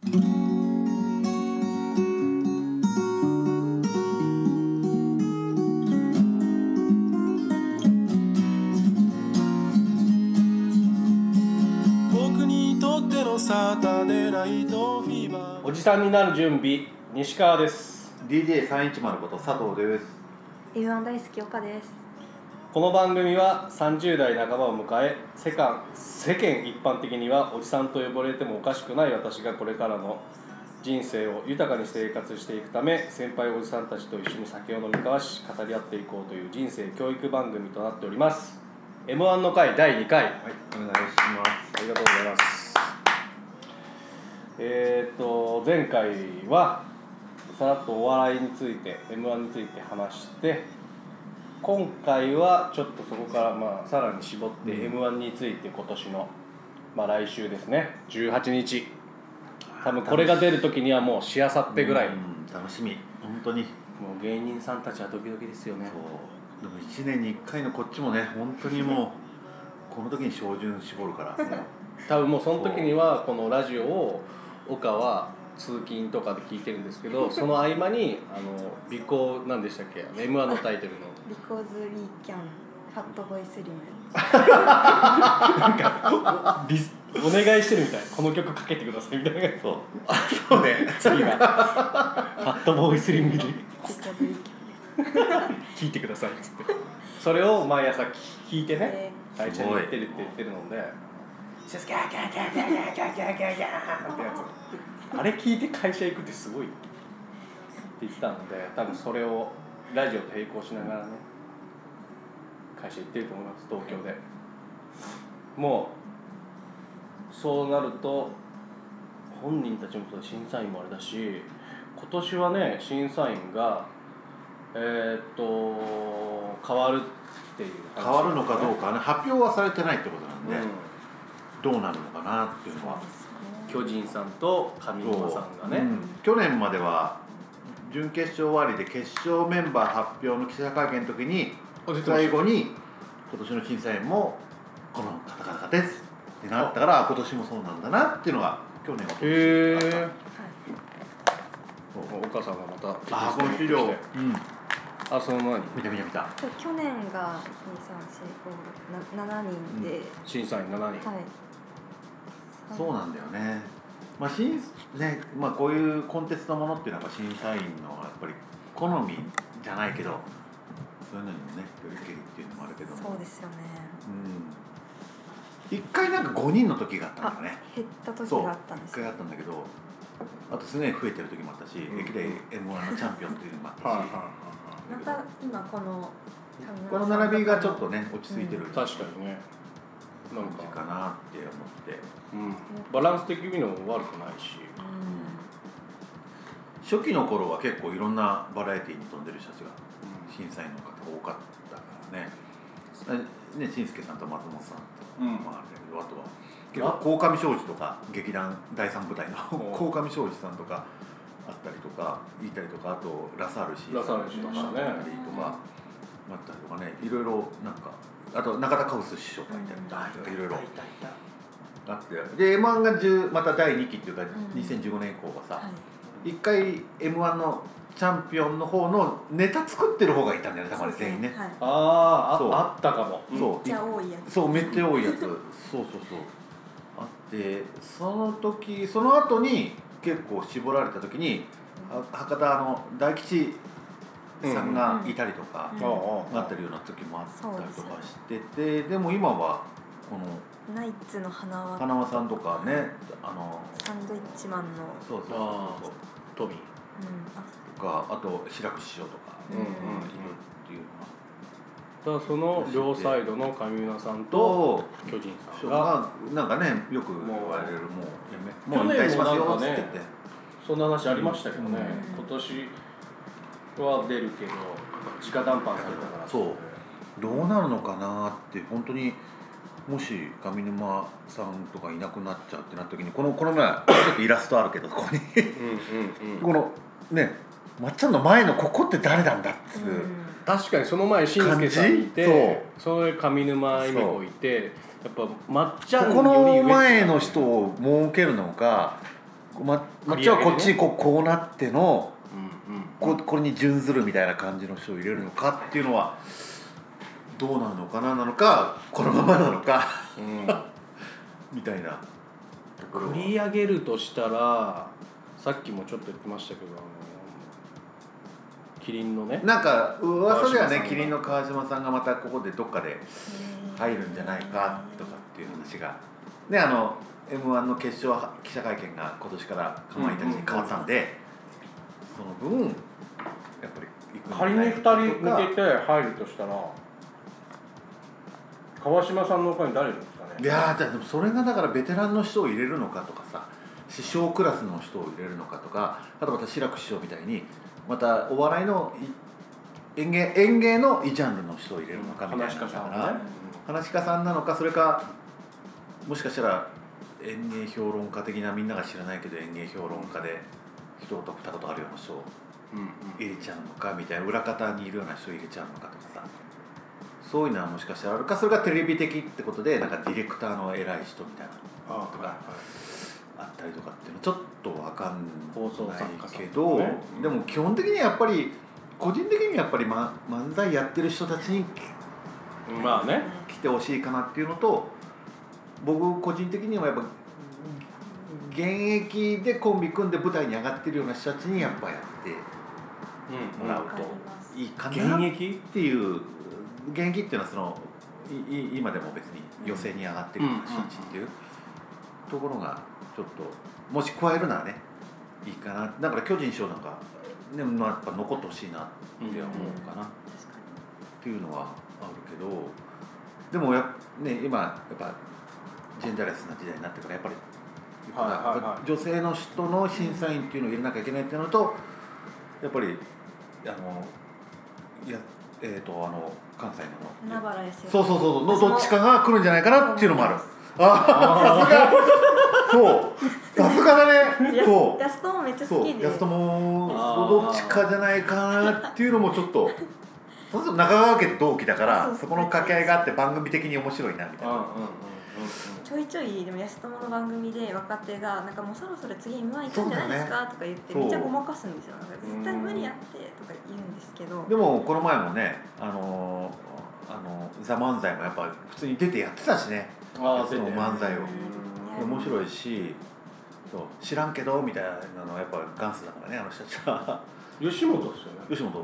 サタデーナイトフィーバー。 おじさんになる準備、西川です。 DJ310 こと佐藤です。 M1 大好き岡です。 この番組は30代半ばを迎え、世間一般的にはおじさんと呼ばれてもおかしくない私がこれからの人生を豊かに生活していくため、先輩おじさんたちと一緒に酒を飲み交わし語り合っていこうという人生教育番組となっております。 M1 の回第2回、はい、 お願いします。 ありがとうございます。前回はさらっとお笑いについて M1 について話して、今回はちょっとそこからさらに絞って M1 について今年の、来週ですね、18日、多分これが出る時にはもうしあさってぐらい、 楽しみ、本当に。 もう芸人さんたちはドキドキですよね。 そうでも1年に1回のこっちもね、本当にもうこの時に照準絞るから多分もうその時にはこのラジオを岡は通勤とかで聞いてるんですけど、その合間に尾行何でしたっけ、 M1 のタイトルの Because we can Fat Boy Slim なんかお願いしてるみたい、この曲かけてくださいみたいな。そうね、次がファットボーイスリムで聞いてくださいっつって、それを毎朝聞いてね、会社に行ってるって言ってるので、ギャーギャーギャーギャーギャーギャーギャーギャーギャーってやつ、あれ聞いて会社行くってすごいって言ってたので、多分それをラジオと並行しながらね会社行ってると思います、東京で。もうそうなると本人たちもそう、審査員もあれだし、今年はね審査員が変わるっていう話、 変わるのかどうかね、発表はされてないってことなんで、どうなるのかなっていうのは。 巨人さんと上沼さんがね、 去年までは準決勝終わりで決勝メンバー発表の記者会見の時に最後に今年の審査員もこの方々ですってなったから、今年もそうなんだなっていうのが去年は岡さんがまたこの資料、 その前に見た去年が2、3、4、5、7人で、 審査員7人、 はい、 そうなんだよね。こういうコンテストものっていうのは審査員のやっぱり好みじゃないけど、そういうのにもねよりけりっていうのもあるけども、 そうですよね。 一回なんか5人の時があったんだね。 減った時があったんです。 一回あったんだけど、あとすね増えてる時もあったし、歴代 M1 のチャンピオンっていうのもあったし、 また今この並びがちょっとね落ち着いてる、 確かにね、 感じかなって思って、 バランス的にも悪くないし、 初期の頃は結構いろんなバラエティーに飛んでる人たちが審査員の方多かったからね、紳助さんと松本さんともあるんだけど、あとは鴻上尚史とか劇団第3部隊の鴻上尚史さんとかあったりとかいたりとか、あとラサールシーさんとかあったりとかあったりとかね、いろいろなんか、あと中田カウス師匠がいたりとかいろいろあって、で M1 がまた第2期っていうか2015年以降はさ、一回 M1 のチャンピオンの方のネタ作ってる方がいたんだよね、たまに全員ね。 あったかも。 めっちゃ多いやつ。 そう、めっちゃ多いやつ。そうあって、その後に結構絞られた時に博多大吉さんがいたりとかなってるような時もあったりとかしてて、でも今はこのナイツの花輪さんとかね、 サンドイッチマンのそうトミーとか、あと白く師匠とかいるっていうのが、 だからその両サイドの上村さんと巨人さんがなんかね、よく言われる、もう引退しますよって言って、 そんな話ありましたけどね、今年は出るけど直談判されたから、 そうどうなるのかなって、本当にもし上沼さんとかいなくなっちゃうってなった時に、この前ちょっとイラストあるけど、ここにこのね、まっちゃんの前のここって誰なんだっていう、 確かにその前紳助さんいて、それ上沼恵美子いて、やっぱまっちゃんよりこの前の人を設けるのか、 っちはこっちこうなっての、これに準ずるみたいな感じの人を入れるのかっていうのはどうなるのかなこのままなのか、みたいな。 繰り上げるとしたらさっきもちょっと言ってましたけどキリンのねなんか噂ではねキリンの川島さんがまたここでどっかで入るんじゃないかとかっていう話がでM1 の決勝記者会見が今年からかまいたちに変わったんで、その分やっぱり仮に2人抜けて入るとしたら川島さんの他に誰いるんですかね。 いやでもそれがだからベテランの人を入れるのかとかさ師匠クラスの人を入れるのかとかあとまた志らく師匠みたいにまたお笑いの演芸のジャンルの人を入れるのかみたいな、話し家さんなのかそれかもしかしたら演芸評論家的なみんなが知らないけど演芸評論家で人を見たことあるような人を入れちゃうのかみたいな裏方にいるような人を入れちゃうのかとかさそういうのはもしかしたらあるかそれがテレビ的ってことでなんかディレクターの偉い人みたいなのとかあったりとかっていうのちょっと分かんないけど、でも基本的にはやっぱり個人的にやっぱり、漫才やってる人たちにまあね来てほしいかなっていうのと僕個人的にはやっぱ現役でコンビ組んで舞台に上がってるような人たちにやっぱやってもらうといいかなっていう現役っていうのはその今でも別に予選に上がってるような人たちっていうところがちょっともし加えるならねいいかな。だから巨人賞なんか、ねやっぱ残ってほしいなって思うかな、っていうのはあるけどでも今やっぱジェンダーレスな時代になってからやっぱり、女性の人の審査員っていうのを入れなきゃいけないっていうのとやっぱり関西の海原康そうのどっちかが来るんじゃないかなっていうのもある。さすがさすがだね。そう安友めっちゃ好きで安友どっちかじゃないかなっていうのもちょっとそうすると中川家と同期だからそこの掛け合いがあって番組的に面白いなみたいな。 ちょいちょいでも安友の番組で若手がなんかもうそろそろ次 M1 行くんじゃないですかとか言ってめっちゃごまかすんですよ。なんか絶対無理やってとか言うんですけどでもこの前もねザ・漫才もやっぱ普通に出てやってたしねその漫才を面白いし知らんけどみたいなのはやっぱ元祖だからねあの人たちは吉本ですよね。 吉本そう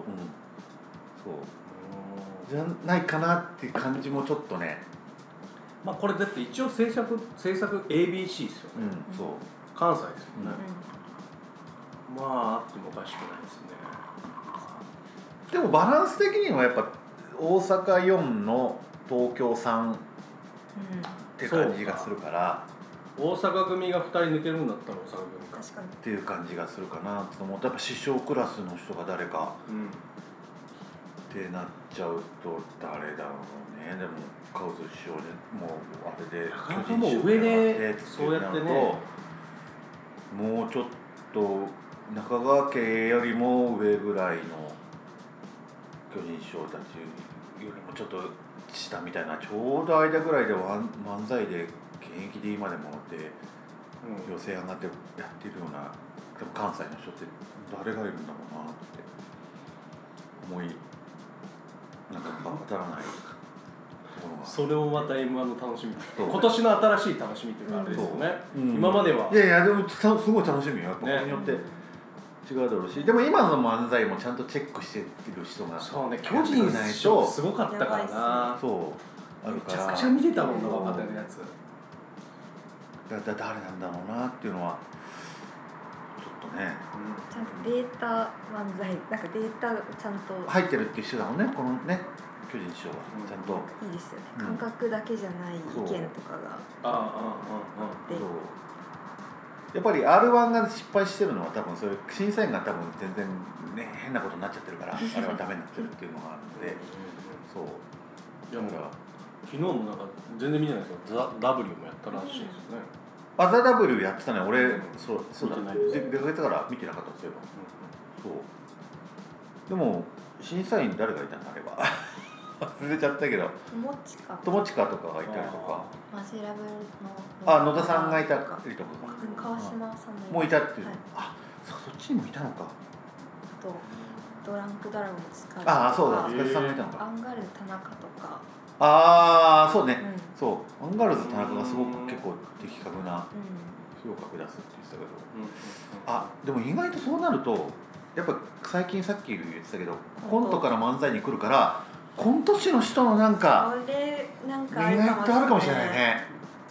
じゃないかなっていう感じもちょっとねまあこれだって一応制作 ABC ですよね、 そう関西ですよね、まああってもおかしくないですね。 でもバランス的にはやっぱ大阪4の東京3って感じがするから、 大阪組が2人抜けるんだったら大阪組か確かにっていう感じがするかなと思ってやっぱ師匠クラスの人が誰か、ってなっちゃうと誰だろうね。でもカウズ師匠でもうあれでなかなかもう上でそうやってねもうちょっと中川家よりも上ぐらいの巨人師匠たちよりもちょっと下みたいなちょうど間ぐらいで漫才で現役で今でもって予選上がってやってるようなでも関西の人って誰がいるんだろうなって思いなんか当たらないそれもまた M1 の楽しみ今年の新しい楽しみというかあれですよね、今まではいやでもすごい楽しみよやっぱこれによって違うだろうし、でも今の漫才もちゃんとチェックしてる人がそうね巨人師匠すごかったからなそうあるからめちゃくちゃ見てたもんな若手のやつ誰なんだろうなっていうのはちょっとね、 ちゃんとデータ漫才なんかデータちゃんと入ってるっていう人だもんねこのね巨人師匠はちゃんといいですよね、感覚だけじゃない意見とかがあってやっぱり R1 が失敗してるのは多分そういう審査員が多分全然ね変なことになっちゃってるからあれはダメになってるっていうのがあるのでそうだから昨日もなんか全然見てないですけどザ・ W もやったらしいですよね。 ザ・ W やってたね俺、そうだ出かけたから見てなかったそういえば、そうでも審査員誰がいたんだあれは忘れちゃったけど友近とかがいたりとかマジラブの野田さんがいたりとか川島さんもいたっていう、 はい、 そっちにもいたのか。 あとドランクドラゴン使うとかそうだ塚地さんがいたのか。 アンガールズ田中とかそうね、そうアンガールズ田中がすごく結構的確な評価を出すって言ってたけど、でも意外とそうなるとやっぱ最近さっき言ってたけどコントから漫才に来るからコント師の人のなんかそれなんか意外とあるかもしれないね。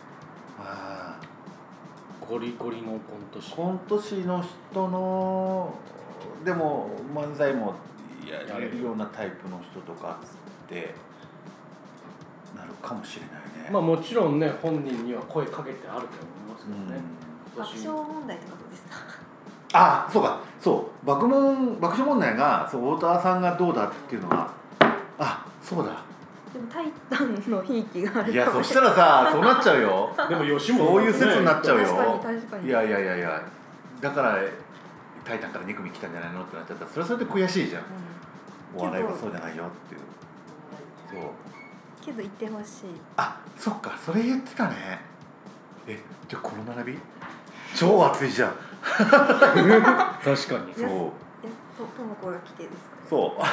ゴリゴリのコント師の人のでも漫才もやれるようなタイプの人とかってなるかもしれないね。 まあもちろんね本人には声かけてあると思いますけどね。 爆笑問題ってことですか。 そうか、そう爆笑問題が太田さんがどうだっていうのはそうだ。 でもタイタンのひいきがある。 いやそしたらさそうなっちゃうよ。 でも吉本そういう説になっちゃうよ。 確かに。 いやだからタイタンから2組来たんじゃないのってなっちゃったらそれはそれで悔しいじゃん。お笑いはそうじゃないよっていう。そう。 けど言ってほしい。 そっかそれ言ってたね。じゃあこの並び超熱いじゃん。 確かに。そう。 ともこが来てですか。 そう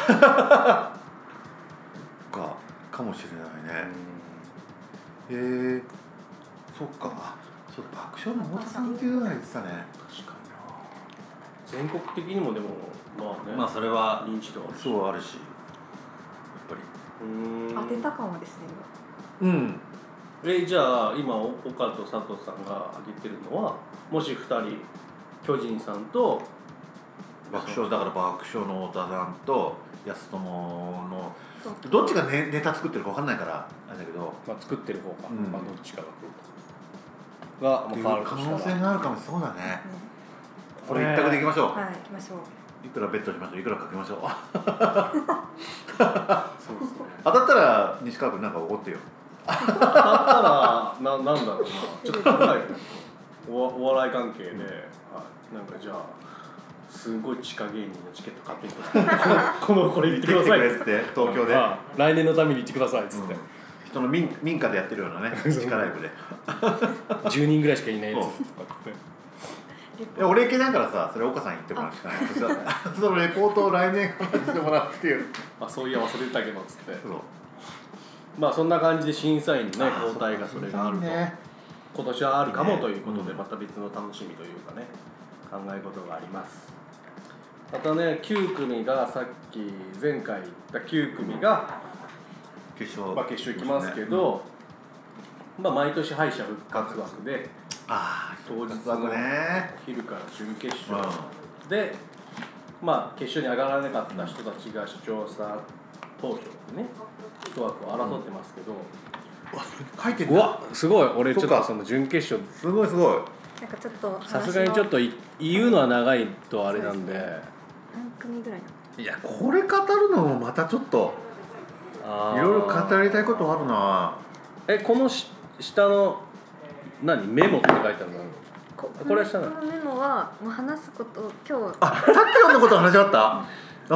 かもしれないね。そっか。そう爆笑の太田さんっていうのが言ってたね。 確かにな。全国的にもでもまあそれは認知度はそうあるし、やっぱり当てたかもですね。 じゃあ今岡と佐藤さんが挙げてるのはもし2人巨人さんと爆笑だから爆笑の太田さんと安友のどっちがネタ作ってるか分かんないからあれだけど、 作ってる方か、どっちかが来るが変わる可能性があるかも。そうだね。これ一択でいきましょう。 はい、行きましょう。 いくらベットしましょう。いくらかけましょう。 そうですね。 当たったら西川君なんか怒ってよ。 当たったらなんだろうな。ちょっと考える。お笑い関係で、なんかじゃあすごい地下芸人のチケット買ってきてこれ言ってくださいって東京で来年のために言ってくださいっつって、 人の民家でやってるようなね地下ライブで 10人ぐらいしかいないやつとかって俺行けないからさそれ岡さん言ってもらうしかないそのレポートを来年話してもらうっていうそういや忘れてたけどっつってそんな感じで審査員のね交代がそれがあると今年はあるかもということでまた別の楽しみというかね考え事があります。またね9組がさっき前回言った9組が決勝行きますけど、毎年敗者復活枠で当日の昼から準決勝で決勝に上がらなかった人たちが視聴者投票でね一枠を争ってますけど、 書いてる。うわすごい。俺ちょっとその準決勝すごいなんかちょっとさすがにちょっと言うのは長いとあれなんで、 何組ぐらいなの。 いやこれ語るのもまたちょっといろいろ語りたいことあるな。 この下のメモって書いてあるの。これは下なの。 このメモはもう話すこと今日タッキオンのこと話し合った。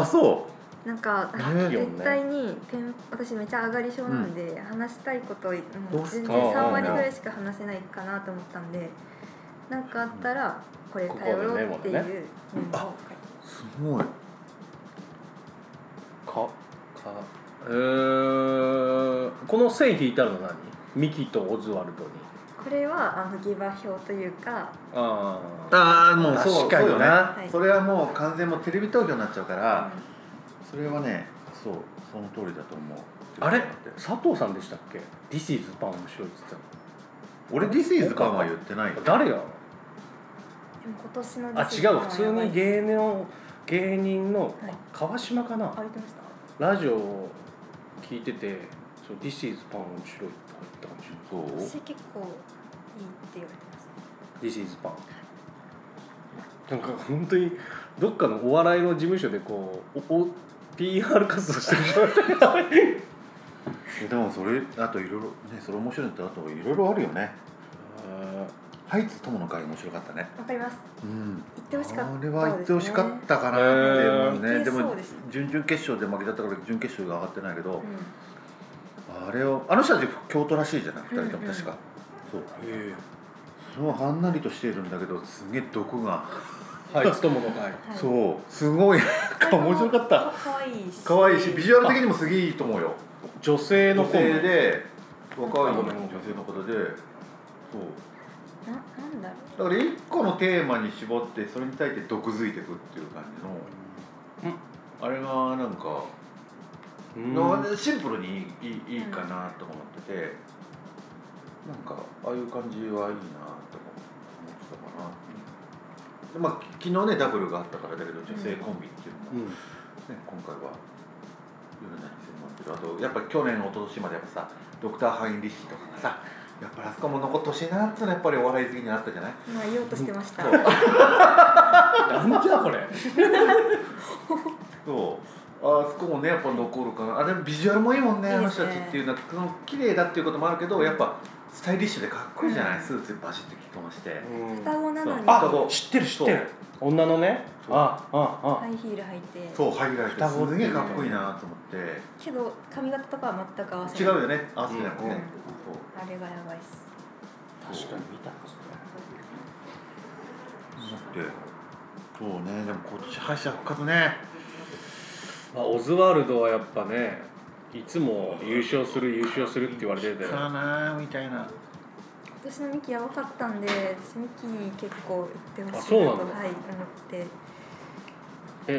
そうなんか絶対に私めっちゃ上がり症なんで、話したいこともう全然3割ぐらいしか話せないかなと思ったんで、なんかあったらこれ頼ろうっていうメモを書いてすごいこの線引いてあるの何？ミキとオズワルドに。 これは下馬評というかもうそう確かによね、 な。 それはもう完全もうテレビ投票になっちゃうから、それはねその通りだと思う。 あれ佐藤さんでしたっけ This is パン面白いって言ってたの。 俺 This is パンは言ってないよ。 誰や。 でも今年の違う普通に芸人の川島かな、 言ってました。 ラジオを聞いててThis is パン面白いって言ったかもしれない。 私結構いいって言われてます。 This is パン。なんか本当にどっかのお笑いの事務所でPR 活動してる人だったでもそれあといろいろねそれ面白いのってあといろいろあるよね。 ハイツ友の会面白かったね。 わかります。 うん。 行ってほしかったですね。 あれは行ってほしかったかなって思うね。でもそうですね。 準々決勝で負けちゃったから準決勝が上がってないけど、 うん、 あれをあの人たち京都らしいじゃない、2人とも確か。そう。そうはんなりとしているんだけど、すげえ毒が。 はい、つともの会。 そう、すごい面白かった。可愛いし、ビジュアル的にもすげえいいと思うよ。 女性の子で若い女性の方で、そう。 なんだろう。 だから一個のテーマに絞ってそれに対して毒づいていくっていう感じの、あれがなんか、シンプルにいいかなと思ってて、なんかああいう感じはいいなと思ってたかな。まあ昨日ねダブルがあったからだけど、女性コンビっていうのも、ね、今回は夜何専門っていう、あとやっぱり去年一昨年までやっぱさドクター・ハインリッヒとかがさ、やっぱりあそこも残ってほしいなっていうのはやっぱりお笑い好きになったじゃない。 まあ言おうとしてました。 なんじゃこれ。 そう、あそこもねやっぱ残るかな。あれビジュアルもいいもんね、あの人たちっていうのは綺麗だっていうこともあるけど、やっぱスタイリッシュでかっこいいじゃない、スーツバシッと着込まして。 双子なのに。 あ、知ってる知ってる。女のね。 ハイヒール履いて。 そう、ハイヒール履いてすげえかっこいいなと思って。 けど髪型とかは全く合わせない。違うよね、合わせてなくてね。 あれがやばいっす。 確かに見たんですね。 だってそうね、でも今年敗者復活ね。 まあオズワルドはやっぱね、いつも優勝するって言われてて。 かなみたいな。 私のミキやばかったんで、私ミキに結構言ってほしいなと、 はい、思って。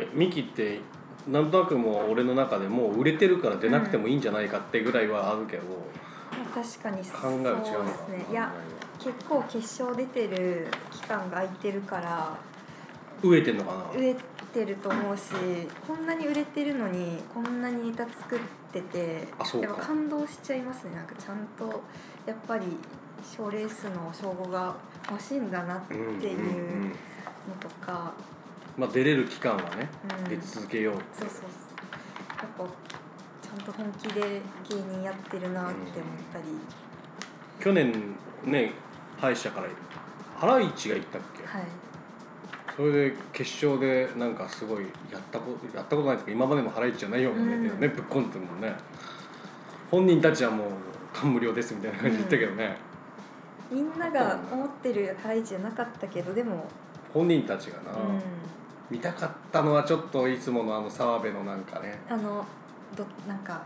ミキってなんとなくもう俺の中でもう売れてるから出なくてもいいんじゃないかってぐらいはあるけど、 確かに考えは違うのかそうですね。いや結構決勝出てる期間が空いてるから飢えてんのかな。 飢えてると思うし、こんなに売れてるのにこんなにネタ作ってて、やっぱ感動しちゃいますね。なんかちゃんとやっぱり賞レースの称号が欲しいんだなっていうのとか、 まあ出れる期間はね、出続けようって。 そうそう、やっぱちゃんと本気で芸人やってるなって思ったり。 去年ね、敗者からハライチが行ったっけ。 はい。 それで決勝でなんかすごいやったことないとか、今までのハライチじゃないようなネタをね、ぶっ込んでるもんね。本人たちはもう感無量ですみたいな感じで言ったけどね。 みんなが思ってるハライチじゃなかったけど、でも本人たちがな、見たかったのはちょっといつもの澤部のなんかね、 なんかなんだろ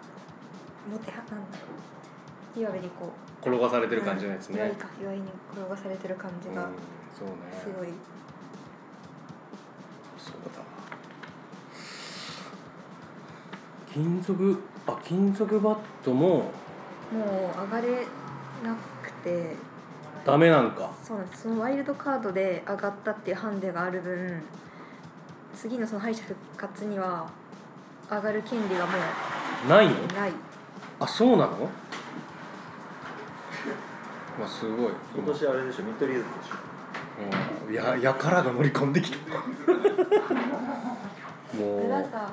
う、岩部にこう転がされてる感じのやつね。 岩井に転がされてる感じが、 そうね、 すごい。 そうだ。金属バットももう上がれなくてダメなんか。 そうなんです。そのワイルドカードで上がったっていうハンデがある分、次のその敗者復活には上がる権利がもうないの？ ない。 あ、そうなの？まあすごい。 今年あれでしょ、見取り図でしょ。 やからが乗り込んできた。もう。 ブラザ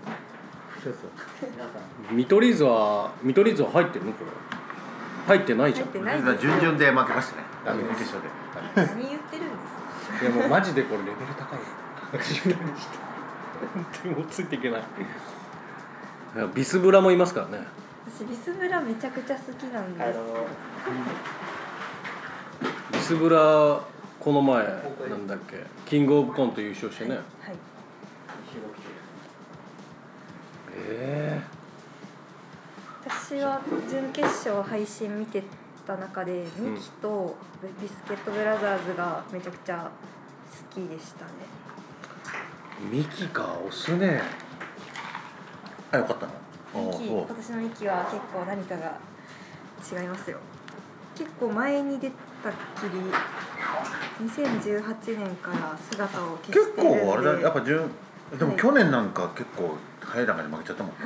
見取り図は入ってるのこれ？入ってないじゃん。 準々で負けましたね。決勝で。 何言ってるんですか。 いやもうマジでこれレベル高い。もうついていけない。ビスブラもいますからね。 私ビスブラめちゃくちゃ好きなんです。 ビスブラこの前なんだっけ、キングオブコント優勝してね。 はい。私は準決勝配信見てた中で、ミキとビスケットブラザーズがめちゃくちゃ好きでしたね。 ミキか、押すね。 あ、よかったの。 今年のミキは結構何かが違いますよ。結構前に出たっきり2018年から姿を消してるんで。 結構あれだ、やっぱでも去年なんか結構早い段階で負けちゃったもんね。 はい。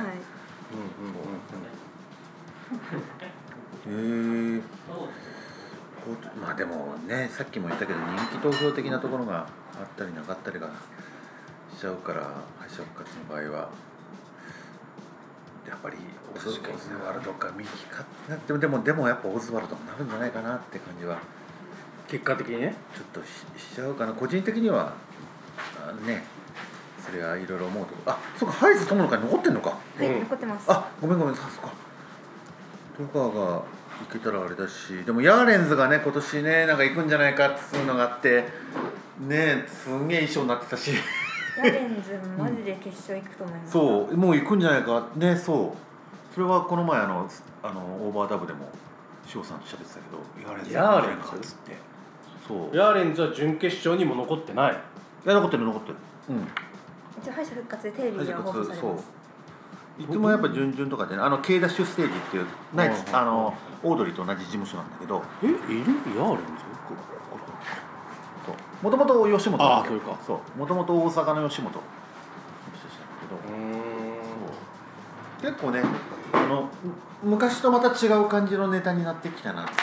まあでもね、さっきも言ったけど人気投票的なところがあったりなかったりがしちゃうから、敗者復活の場合はやっぱりオズワルドかミキかってなっても、でもやっぱオズワルドになるんじゃないかなって感じは結果的にねちょっと しちゃうかな。個人的にはね、それはいろいろ思うとこ。あ、そうか、ハイズ友の会残ってんのか。 はい、残ってます。 あ、ごめん、そうか。戸川が行けたらあれだし、でもヤーレンズがね今年ねなんか行くんじゃないかっていうのがあってね、すんげえ衣装になってたしヤーレンズマジで決勝行くと思います。 そうもう行くんじゃないかね。そうそれはこの前オーバーダブでも翔さんと喋ってたけど、 ヤーレンズっつって。そうヤーレンズは準決勝にも残ってない。 残ってる。 一応敗者復活でテレビでは放送されます。 いつもやっぱ準々とかでね、K ダッシュステージっていうナイツオードリーと同じ事務所なんだけど、 いるヤーレンズ？ もともと吉本ああ、そういうか。 もともと大阪の吉本結構ね昔とまた違う感じのネタになってきたなってあって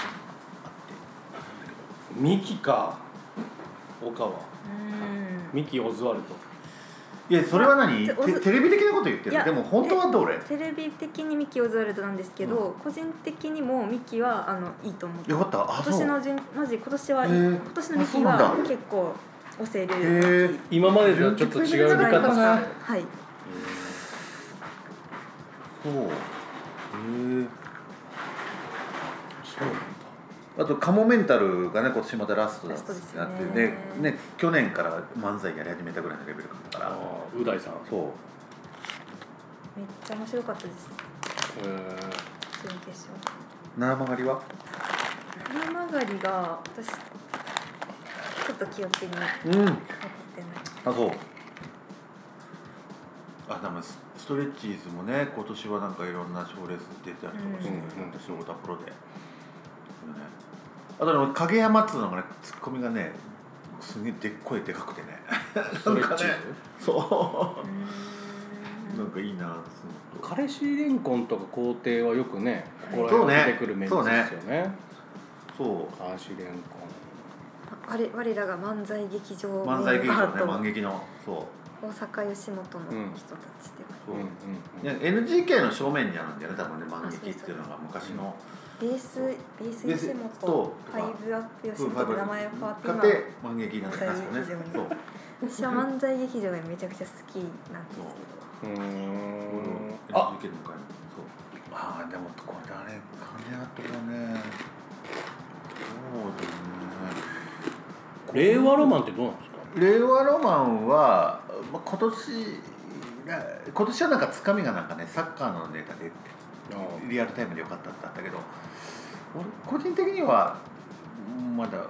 ミキか岡はミキオズワルド。 いやそれは何テレビ的なこと言ってる。でも本当はどれテレビ的にミキオズワルドなんですけど、個人的にもミキはいいと思って。 よかった。 今年のミキは結構押せる。 今までとはちょっと違う見方。 はい。 そうなんだ。あとカモメンタルがね今年またラストだってね、去年から漫才やり始めたぐらいのレベルだから。 う大さん。 そう。 めっちゃ面白かったです。準決勝。 七曲りは？ 七曲りが私ちょっと記憶に残ってない。 あ、そう。でもストレッチーズもね今年はなんかいろんな賞レース出たりとかして、私太田プロで。あとね影山っつうのがねツッコミがねすげえでかくてね。 ストレッチーズ？ そう。なんかいいな。 彼氏レンコンとか皇帝はよくねここら辺に出てくるメンツですよね。そう。彼氏レンコン。 我らが漫才劇場ね、漫劇の大阪吉本の人たちでは、NGK の正面にあるんだよね多分ね、漫劇っていうのが昔のベース吉本とファイブアップ吉本って名前が変わって今漫劇になってますよね。 私は漫才劇場がめちゃくちゃ好きなんですけど。 NGK の会もそう。でもこれだね、金跡がね、そうだね。 令和ロマンってどうなんですか？ 令和ロマンは、今年はなんかつかみがなんかねサッカーのネタでリアルタイムでよかったんだったけど、個人的にはまだ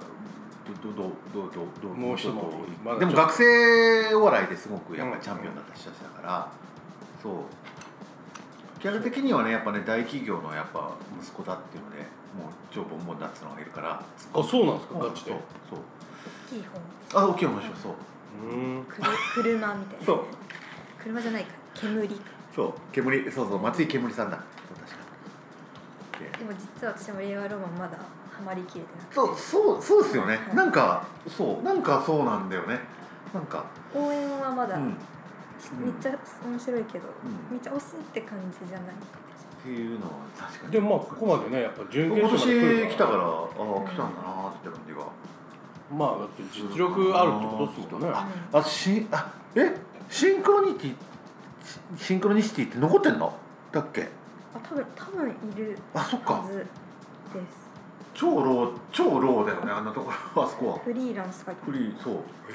もう一つでも学生お笑いですごくやっぱりチャンピオンだった人たちだから、そうキャラ的にはねやっぱね大企業のやっぱ息子だっていうのでもう超ボンボンだってのがいるから。 そうなんですか？ガチで。 そう大きい方もしそう車みたいな。そう車じゃないか、煙。 そう松井煙さんだ。 でも実は私も令和ロマンまだハマりきれてなくて。 そうですよね。なんかそうなんだよね。なんか応援はまだめっちゃ面白いけど、めっちゃ押すって感じじゃないっていうのは確かに。 でもここまでねやっぱ準決勝まで来たから来たんだなって感じが。 だって実力あるってことですもんね。 シンクロニシティって残ってんのだっけ？ 多分いるはずです。 超ローだよね、あんなところ。あそこはフリーランスがそう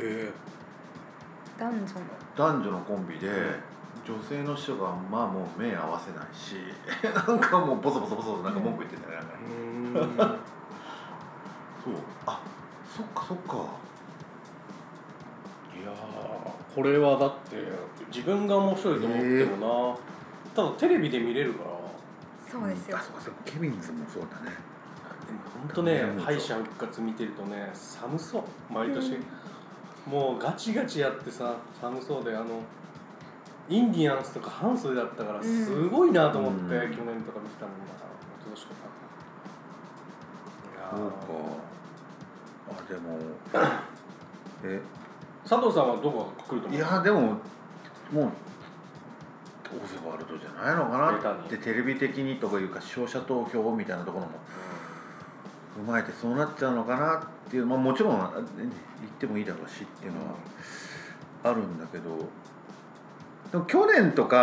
男女のコンビで、女性の人がもう目合わせないしなんかもうボソボソなんか文句言ってんだよね。そうそっか。 いやこれはだって自分が面白いと思ってもな、ただテレビで見れるから。 そうですよ。 ケビンズもそうだね。 でも本当ね、敗者復活見てるとね寒そう、毎年、もうガチガチやってさ寒そうで、インディアンスとか半袖だったからすごいなと思って、去年とか見てたもんだから楽しかった。 そうか。でも佐藤さんはどこが来ると思う？ いやでももうオズワルドじゃないのかなって、テレビ的にとかいうか勝者投票みたいなところも踏まえてそうなっちゃうのかなっっていう、まあ、もちろん言ってもいいだろうしっていうのはあるんだけど、でも去年じ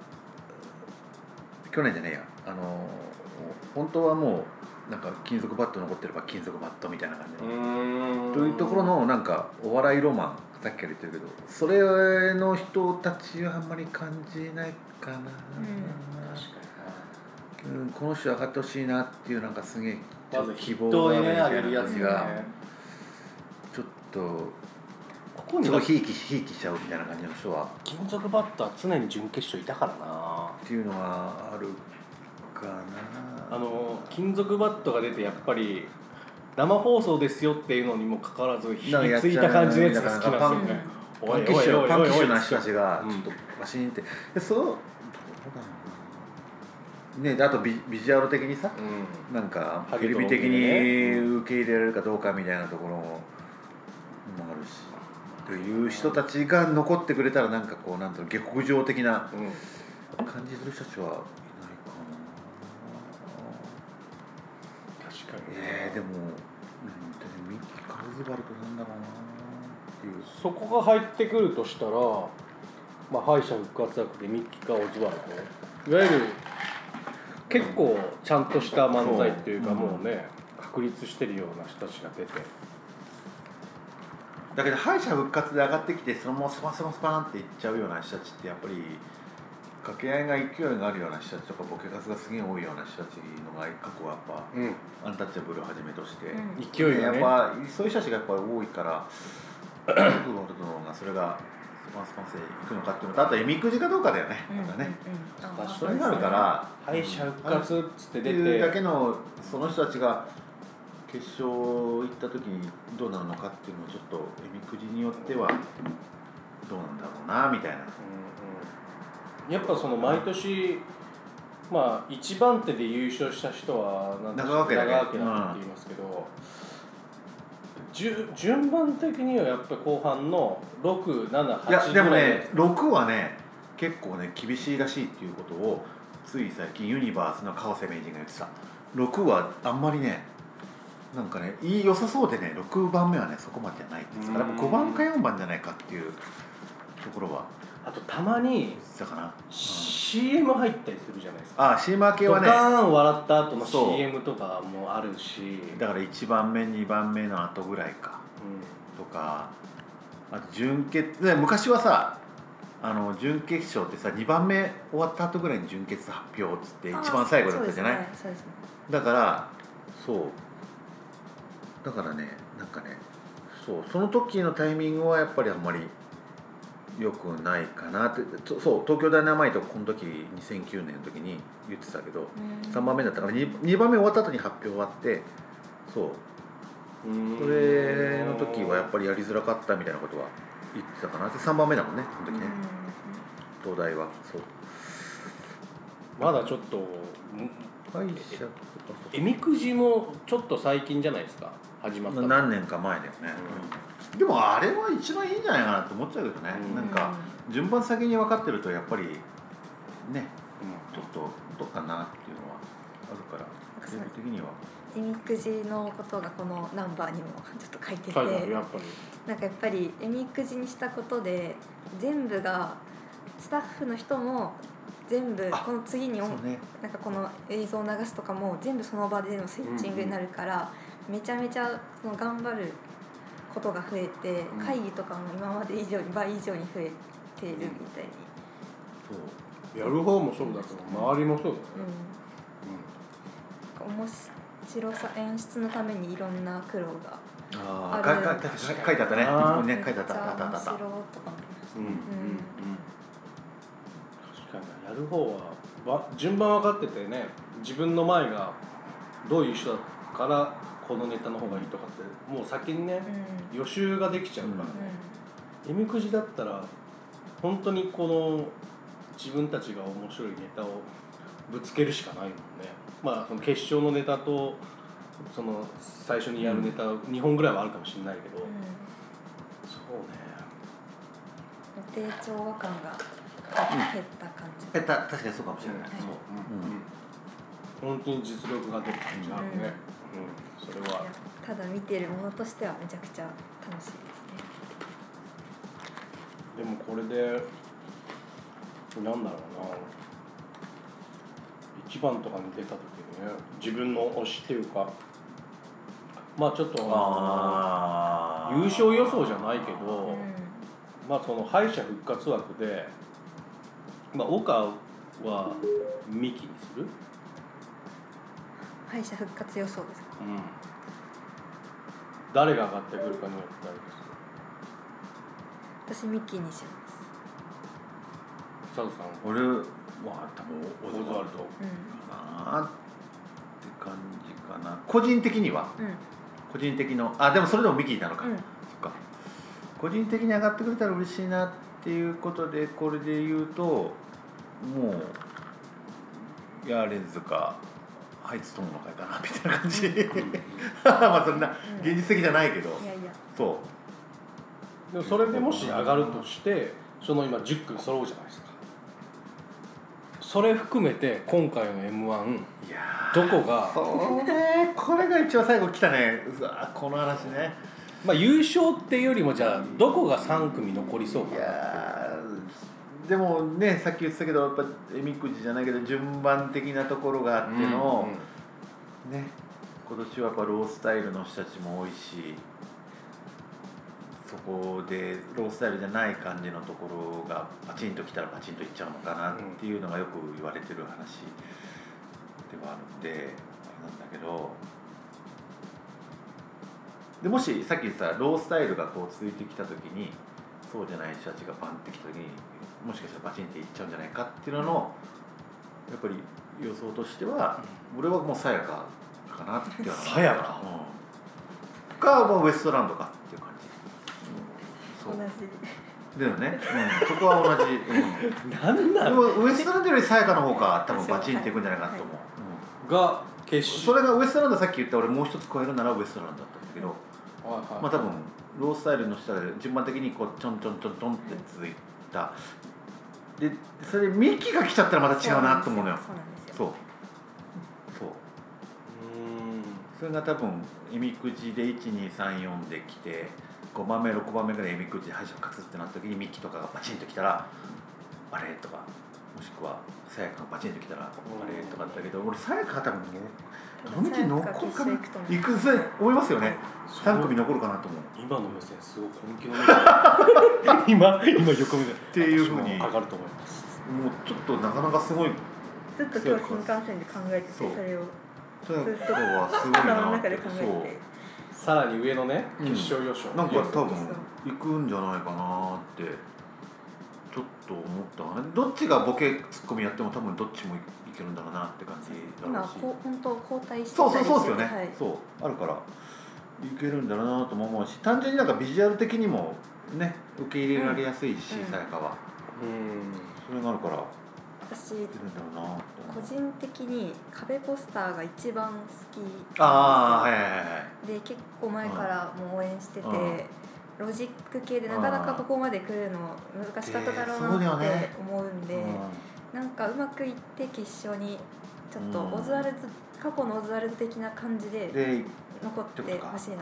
ゃねえや、本当はもうなんか金属バット残ってれば金属バットみたいな感じのというところのなんかお笑いロマン、さっきから言ってるけど、それの人たちはあんまり感じないかな、この人上がってほしいなっていうなんかすげえ希望があるみたいな感じがちょっとすごいひいきしちゃうみたいな感じの人は金属バットは常に準決勝いたからなっていうのはあるかな。 金属バットが出てやっぱり生放送ですよっていうのにもかかわらずひりついた感じのやつが好きなんですよね。 パンキッシュな人たちがちょっとバシーンって、どうだろうね、あとビジュアル的にさ、なんかテレビ的に受け入れられるかどうかみたいなところもあるし、という人たちが残ってくれたらなんかこうなんていうの下克上的な感じする人たちはいないかな。 確かにでもミッキー・カウズバルトなんだろうなっていう。 そこが入ってくるとしたら、まあ、敗者復活作でミッキーかオズワルド、いわゆる結構ちゃんとした漫才っていうか、もうね確立してるような人たちが出て、 だけど敗者復活で上がってきてそのままスパンっていっちゃうような人たちってやっぱり掛け合いが勢いがあるような人たちとかボケ数がすげえ多いような人たちのが過去はやっぱ、アンタッチャブルをはじめとして、 勢いがね、 やっぱそういう人たちがやっぱり多いからどんどんそれがスパンでいくのかっていうのと、あとえみくじかどうかだよね、またね、それがあるから敗者復活っつって出ていうだけのその人たちが決勝行った時にどうなるのかっていうのをちょっとえみくじによってはどうなんだろうなみたいな、 やっぱその毎年まあ一番手で優勝した人は長川家だって言いますけど、順番的にはやっぱり後半の6、7、8 いやでもね6はね結構ね厳しいらしいっていうことをつい最近ユニバースの川瀬名人が言ってた。6はあんまりねなんかね良さそうでね、6番目はねそこまでじゃないですから5番か4番じゃないかっていうところは。 あとたまにだかな、 CM 入ったりするじゃないですか。 あ、CM 明けはねドカーン笑った後の CM とかもあるし、 だから1番目2番目の後ぐらいか、とか、あと準決で昔はさ準決勝ってさ2番目終わった後ぐらいに準決発表っつって一番最後だったじゃない。 そうですね。 だからだからねなんかねその時のタイミングはやっぱりあんまり良くないかなって。そう東京ダイナマイトこの時2009年の時に言ってたけど、3番目だったから 2番目終わった後に発表終わってそれの時はやっぱりやりづらかったみたいなことは言ってたかなって。3番目だもんねこの時ね、東大は。そうまだちょっとえみくじもちょっと最近じゃないですか始まったの。 何年か前だよね、でもあれは一番いいんじゃないかなと思っちゃうけどね、なんか順番先に分かってるとやっぱりね、ちょっとどうかなっていうのはあるから、基本的にはえみくじのことがこのナンバーにもちょっと書いてて、 やっぱりえみくじにしたことで全部がスタッフの人も全部この次になんかこの映像を流すとかも全部その場でのセッチングになるから、めちゃめちゃその頑張ることが増えて、会議とかも今まで以上に倍以上に増えているみたいに、 やる方もそうだけど周りもそうだね、 面白さ演出のためにいろんな苦労がある。 書いてあったね、書いてあった。 面白とかもあります。 確かにやる方は順番分かっててね、自分の前がどういう人だからこのネタの方がいいとかってもう先にね、予習ができちゃうからね。えみくじだったら本当にこの自分たちが面白いネタをぶつけるしかないもんね。まあその決勝のネタとその最初にやるネタ2本ぐらいはあるかもしれないけど、そうね、 予定調和感が減った感じ。 確かにそうかもしれない。 本当に実力が出る感じあるね。それはただ見てるものとしてはめちゃくちゃ楽しいですね。 でもこれでなんだろうな、1番とかに出た時にね、自分の推しっていうか、まあちょっと優勝予想じゃないけど、まあその敗者復活枠で、まあ岡はミキにする？ 敗者復活予想ですか？ 誰が上がってくるかによってあれです。 私ミキにします。 佐藤さん？ 俺は多分オズワルドかなって感じかな。個人的には、個人的のでもそれでもミキなのか、そっか。個人的に上がってくれたら嬉しいなっていうことで、これで言うともうヤーレンズかハイツ友の会かなみたいな感じまあそんな現実的じゃないけど、そうでもそれでもし上がるとしてその今10組揃うじゃないですか。それ含めて今回の M1 どこがそうね、これが一番最後来たね。うわこの話ね。 まあ優勝っていうよりもじゃあどこが3組残りそうかな。 いやでもね、さっき言ってたけどやっぱえみくじじゃないけど順番的なところがあっての、ね、今年はやっぱロースタイルの人たちも多いし、そこでロースタイルじゃない感じのところがパチンときたらパチンといっちゃうのかなっていうのがよく言われてる話ではあるんであれなんだけど、でもしさっき言ってたロースタイルがこう続いてきた時にそうじゃない人たちがバンってきた時にもしかしたらパチンっていっちゃうんじゃないかっていうののやっぱり予想としては、俺はもうさやかかなっていうさやか、 かもうウエストランドかっていう感じ、 同じだよね、そこは同じ、 なんだでもウエストランドよりさやかの方が多分バチンっていくんじゃないかなと思う、 が決勝。 それがウエストランドさっき言った俺もう一つ超えるならウエストランドだったんだけど、まあ多分ロースタイルの下で順番的にこうちょんちょんちょんちょんって続いたで、それでミキが来ちゃったらまた違うなと思うのよ。そうそれが多分えみくじで1234で来て5番目6番目ぐらいえみくじで敗者復活ってなった時にミキとかがパチンと来たらあれとか、もしくはさやかがパチンと来たらあれとかだったけど、俺さやかが多分どの道残るかな行くぜ思いますよね。3組残るかなと思う。 今の目線すごい本気の目今横目でっていうふうに上がると思います。 もうちょっとなかなかすごい。 ずっと今日新幹線で考えてて、それをずっとはすごいな。 頭の中で考えてさらに上のね決勝予想、 なんか多分行くんじゃないかなってちょっと思ったね。どっちがボケツッコミやっても多分どっちもいけるんだろうなって感じだろうし、 今本当交代してそうたりしてですよね、そうあるからいけるんだろうなとも思うし、単純になんかビジュアル的にもね受け入れられやすいし、さやかはそれがあるから私いけるんだろうなって個人的に壁ポスターが一番好きで、結構前からもう応援してて、ロジック系でなかなかここまで来るの難しかっただろうなって思うんで、なんかうまくいって決勝にちょっとオズワルド、過去のオズワルド的な感じで残ってほしいなって思ってます。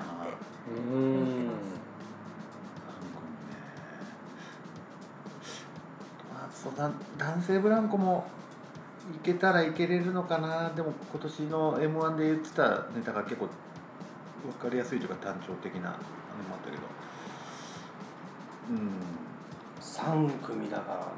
男性ブランコもいけたらいけれるのかな。でも今年の M1 で言ってたネタが結構分かりやすいというか単調的なあれもあったけど、 3組だから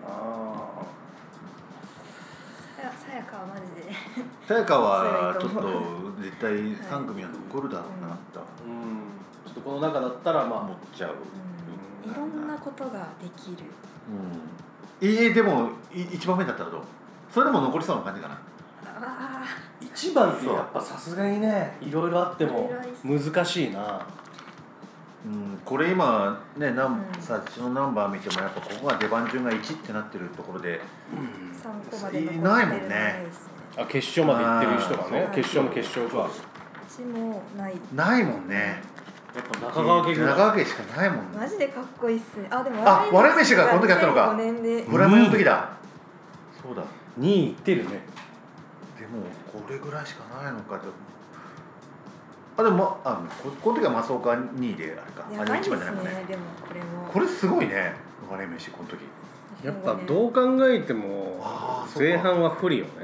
な。 さやかはマジでさやかはちょっと絶対3組は残るだろうなと、 ちょっとこの中だったらまあ思っちゃう、 いろんなことができる。 でも1番目だったらどう？それでも残りそうな感じかな。 1番ってやっぱさすがにねいろいろあっても難しいな。 これ今ねさっちのナンバー見てもやっぱここが出番順が1ってなってるところで、 3個までいないもんね。 決勝まで行ってる人がね、決勝も決勝か。 うちもないもんね。 やっぱ中川家ぐらい。 中川家しかないもんね。 マジでかっこいいっすね。でも笑い飯がこの時やったのか。 5年でブラマヨの時だ。そうだ。 2位いってるね。 でもこれぐらいしかないのかと。 でもこの時はマスオカ2位であれかやばいですね。 1番じゃないもんね。 でもこれすごいね割れ飯この時。 やっぱどう考えても前半は不利よね。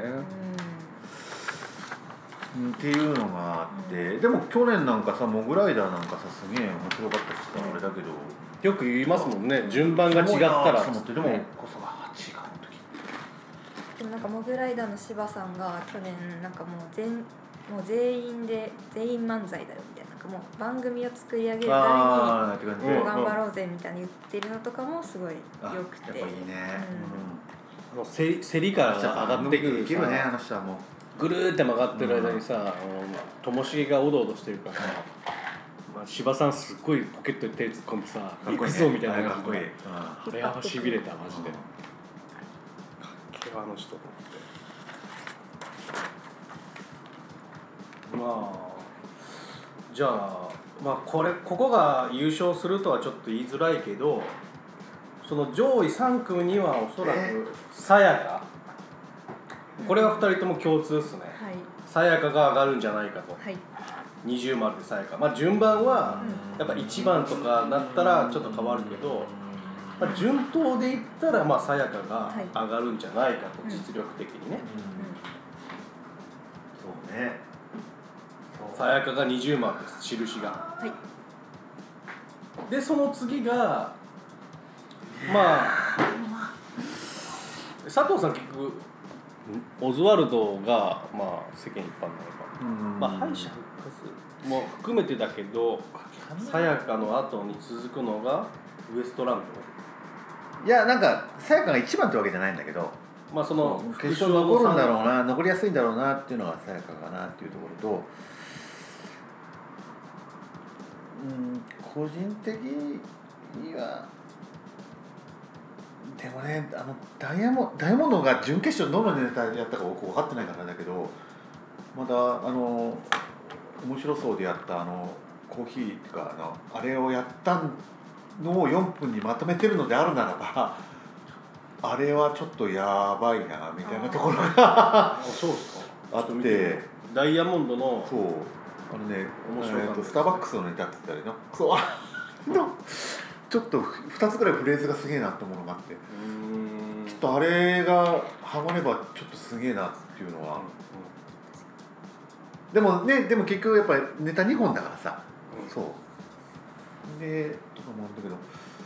っていうのがあって、でも去年なんかさモグライダーなんかさすげえ面白かったしさ、あれだけどよく言いますもんね、順番が違ったら。 でもこそが8位かの時。 でもなんかモグライダーの柴さんが去年なんかもう全員漫才だよみたいな、なんかもう番組を作り上げるために頑張ろうぜみたいに言ってるのとかもすごい良くて。 やっぱいいね。 競りから上がってくるいけるねあの人はもう。 ぐるーって曲がってる間にさ、ともしげがおどおどしてるからさ、柴さんすっごいポケットに手突っ込んでさ、行くぞみたいな感じで、あれはしびれたマジで。かっけえあの人と思って。まあじゃあここが優勝するとはちょっと言いづらいけど、その上位3組にはおそらくさやか。これは2人とも共通ですね。さやかが上がるんじゃないかと。はい、20丸でさやか。順番はやっぱ1番とかなったらちょっと変わるけど、順当でいったらさやかが上がるんじゃないかと、実力的にね。 そうね。 さやかが20丸です、印が。はい、でその次が佐藤さん結局オズワルドが世間一般なのか、敗者復活も含めてだけど、さやかの後に続くのがウエストランド。 いやなんかさやかが1番ってわけじゃないんだけど、 その決勝残るんだろうな、残りやすいんだろうなっていうのがさやかかなっていうところと、個人的にはでもね、ダイヤモンドが準決勝どのネタやったか僕分かってないからだけど、まだ面白そうでやったコーヒーっていうかあれをやったのを4分にまとめてるのであるならば、あれはちょっとやばいなみたいなところがそうですか。 あって、 ダイヤモンドのそうスターバックスのネタって言ったらそうちょっと2つぐらいフレーズがすげえなって思うのがあって、ちょっとあれがハマればちょっとすげえなっていうのは、でも結局やっぱりネタ2本だからさ、そうでとかもあるんだけど、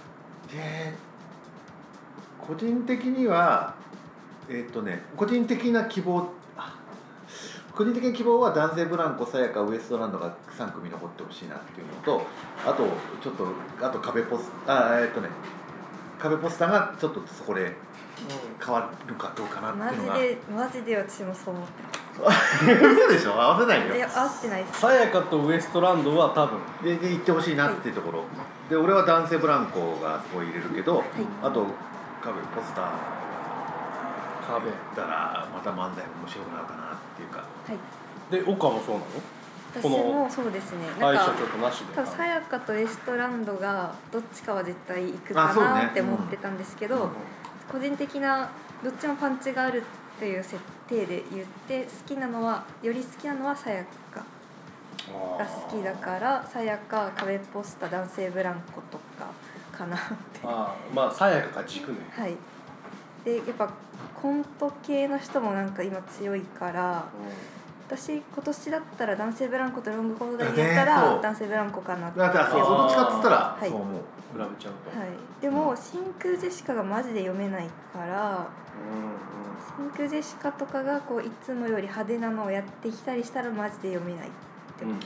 個人的には個人的な希望は男性ブランコ、さやか、ウエストランドが3組残ってほしいなっていうのと、あと壁ポスターがちょっとそこで変わるかどうかなっていうのがマジで私もそう思ってます。 嘘でしょ？合わせないよ。 いや合わせてないです。 さやかとウエストランドは多分で行ってほしいなっていうところ、で俺は男性ブランコがそこ入れるけど、あと壁ポスター壁たらまた漫才も面白くなるかなっていうか。 で岡もそうなの？ 私もそうですね。 なんかちょっとなしで。 多分さやかとウエストランドがどっちかは絶対行くかなって思ってたんですけど、個人的などっちもパンチがあるっていう設定で言ってより好きなのはさやかが好きだから、さやか、壁ポスター、男性ブランコとかかなって。 さやかが軸ね。 はい。でやっぱコント系の人もなんか今強いから、私今年だったら男性ブランコとロングコートでやったら男性ブランコかなって。 だからそうどっちかっつったらそう思う。 比べちゃうと。 はい。でも真空ジェシカがマジで読めないから、真空ジェシカとかがこういつもより派手なのをやってきたりしたらマジで読めないってこと。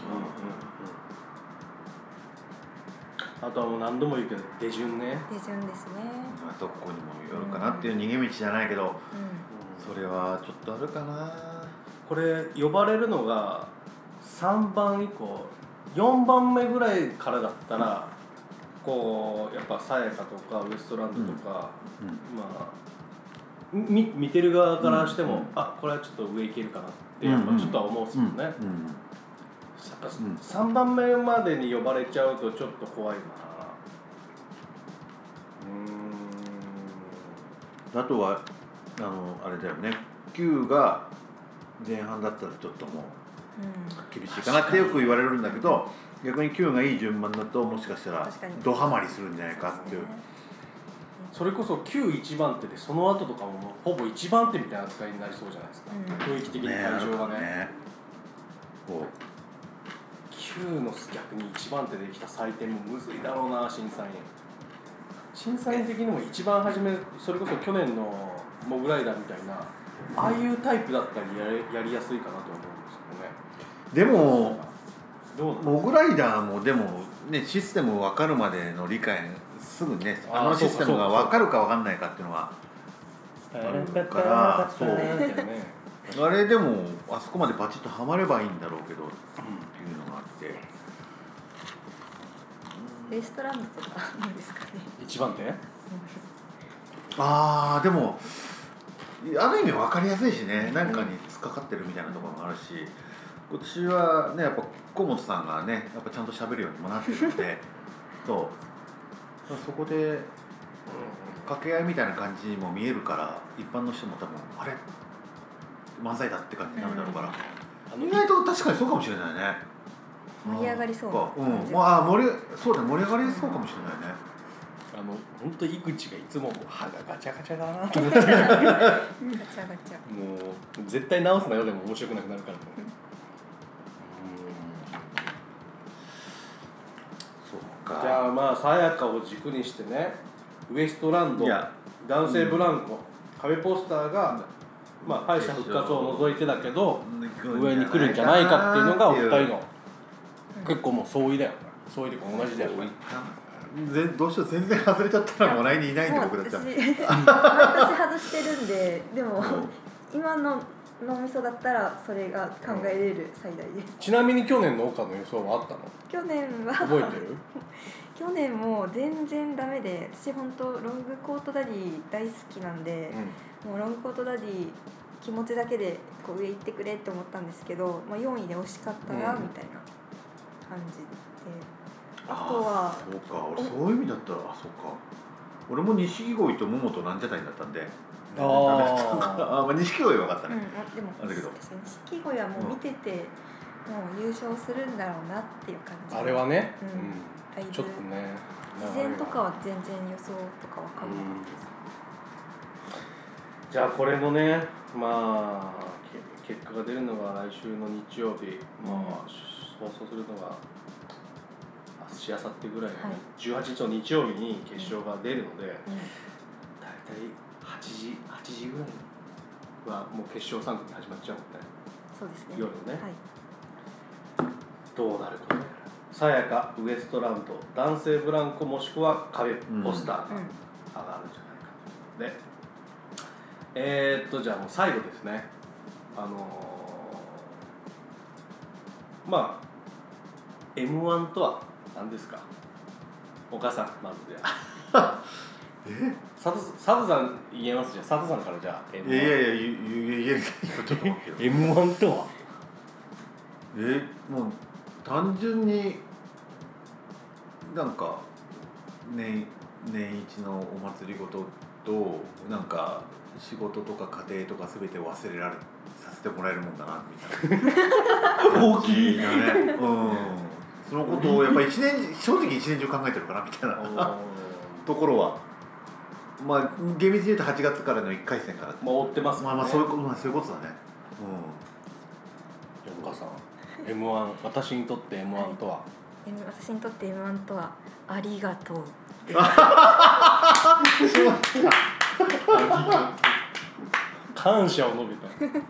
あとはもう何度も言うけど手順ね。 手順ですね。 どこにもよるかなっていう逃げ道じゃないけど、それはちょっとあるかな。 これ呼ばれるのが3番以降4番目ぐらいからだったらこうやっぱさやかとかウエストランドとか、見てる側からしても、これはちょっと上いけるかなってやっぱちょっとは思うんですよね。3番目までに呼ばれちゃうとちょっと怖いな。 あとはあれだよね、9が前半だったらちょっともう厳しいかなってよく言われるんだけど、逆に Q がいい順番だともしかしたらドハマりするんじゃないかっていう。 それこそ旧1番手でその後とかもほぼ1番手みたいな扱いになりそうじゃないですか、雰囲気的に会場がね。こう9の逆に1番手できた採点もむずいだろうな。審査員的にも一番初めそれこそ去年のモグライダーみたいなああいうタイプだったりやりやすいかなと思うんですけどね。でもモグライダーもでもねシステム分かるまでの理解すぐねあのシステムが分かるか分かんないかっていうのはあるからそうあれでもあそこまでバチッとはまればいいんだろうけど、っていうのがあってウエストランドとかなんですかね 1番手あーでもある意味分かりやすいしね何かに突っかかってるみたいなところもあるし今年はねやっぱ河本さんがねやっぱちゃんと喋るようにもなってるのでそうそこで掛け合いみたいな感じにも見えるから一般の人も多分あれ漫才だって感じになるだろうから、意外と確かにそうかもしれないね。 盛り上がりそうな感じ。そうだ盛り上がりそうかもしれないね。 本当井口がいつも歯がガチャガチャだな。ガチャガチャ。もう絶対直すなよでも面白くなくなるから。そうか。じゃあまあさやかを軸にしてね、ウエストランド、男性ブランコ、壁ポスターがまあ敗者復活を除いてだけど上に来るんじゃないかっていうのがお二人の結構もう相違だよね。相違とか同じだよね。 どうしよう全然外れちゃったらもらいにいないんで僕だったら毎年外してるんででも今の脳みそだったらそれが考えれる最大です。 ちなみに去年の岡の予想はあったの？ 去年は覚えてる？ 去年も全然ダメで私本当ロングコートダディ大好きなんで、もうロングコートダディ気持ちだけでこう上行ってくれって思ったんですけど、まあ、4位で惜しかったなみたいな感じで、あとはそうか俺そういう意味だったらそうか俺も錦鯉と桃となんじゃないんだったんでまあ錦鯉は分かったね、 でもだけど錦鯉はもう見てて、もう優勝するんだろうなっていう感じ。 あれはね、 ちょっとね事前とかは全然予想とか分かんないです。 じゃあこれのねまあ結果が出るのが来週の日曜日、まあ放送するのが明後日ぐらいの、18日の日曜日に決勝が出るので、大体8時ぐらいはもう決勝3組始まっちゃうので、 そうですね、 夜のね、どうなるかね。さやか、ウエストランド、男性ブランコもしくは壁ポスターが上がるんじゃないかということで、じゃあもう最後ですね。まあ M1 とは何ですか？お母さんまずで佐藤さん言えますじゃん。佐藤さんからじゃあ M1 言えないちょっと待ってよ M1 とはもう単純になんか年一のお祭りごととなんか仕事とか家庭とか全て忘れられさせてもらえるもんだなみたいな大きいなね、そのことをやっぱり正直一年中考えてるかなみたいなところはまあ厳密に言うと8月からの1回戦から追ってますね。 まあそういうことだね。 お母さん M1 私にとって M1 とは、 私にとって M1 とはありがとう感謝を述べた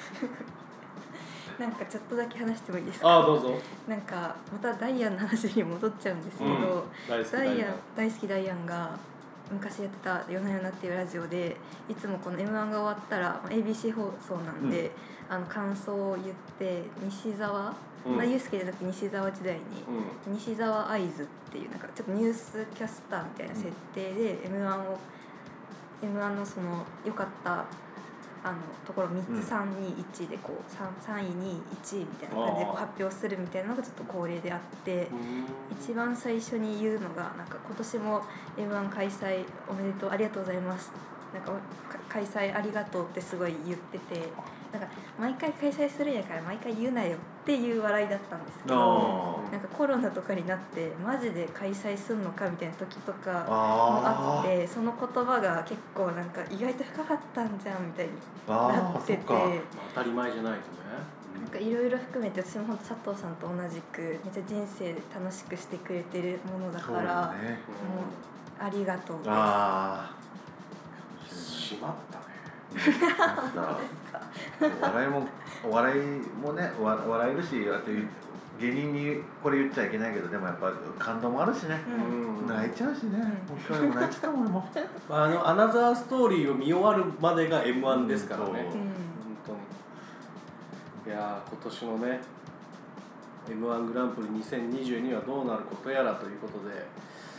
なんかちょっとだけ話してもいいですか？ どうぞ。 なんかまたダイアンの話に戻っちゃうんですけど、大好きダイアンが昔やってた「夜な夜な」っていうラジオでいつもこの M1 が終わったら ABC 放送なんで、感想を言って西澤ユースケじゃなくて西澤時代に、西澤会津っていうなんかちょっとニュースキャスターみたいな設定で M1 のその良かったところ3つ3、2、1でこう3位2位1位みたいな感じでこう発表するみたいなのがちょっと恒例であって、一番最初に言うのがなんか今年も M1 開催おめでとうありがとうございますなんか開催ありがとうってすごい言ってて、なんか毎回開催するんやから毎回言うなよっていう笑いだったんですけど、なんかコロナとかになってマジで開催するのかみたいな時とかもあって、その言葉が結構なんか意外と深かったんじゃんみたいになってて、 当たり前じゃないとね、 なんかいろいろ含めて私も本当佐藤さんと同じくめっちゃ人生楽しくしてくれてるものだから、もうありがとうです。 しまったね。 お笑いもね笑えるし、あと芸人にこれ言っちゃいけないけど、でもやっぱ感動もあるしね、泣いちゃうしね、今日も泣いちゃったもんもアナザーストーリーを見終わるまでが M1 ですからね、本当に。いや今年のね M1 グランプリ2022はどうなることやらということで、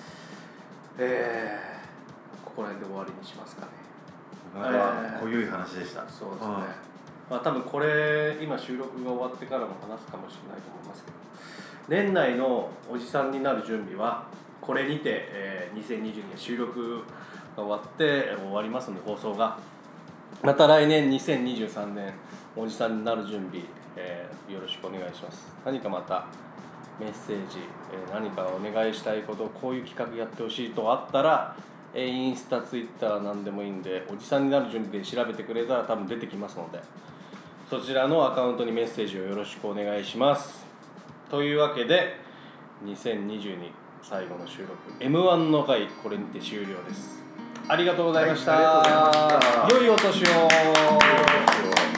ここら辺で終わりにしますかね。 濃ゆい話でした。 そうですね。まあ多分これ今収録が終わってからも話すかもしれないと思いますけど、年内のおじさんになる準備はこれにて、2022年収録が終わって終わりますので、放送がまた来年2023年おじさんになる準備、よろしくお願いします。何かまたメッセージ、何かお願いしたいこと、こういう企画やってほしいとあったら、インスタ、ツイッター何でもいいんで、おじさんになる準備で調べてくれたら多分出てきますので、そちらのアカウントにメッセージをよろしくお願いします。というわけで2022最後の収録 M1 の回、これにて終了です。ありがとうございました。良いお年を。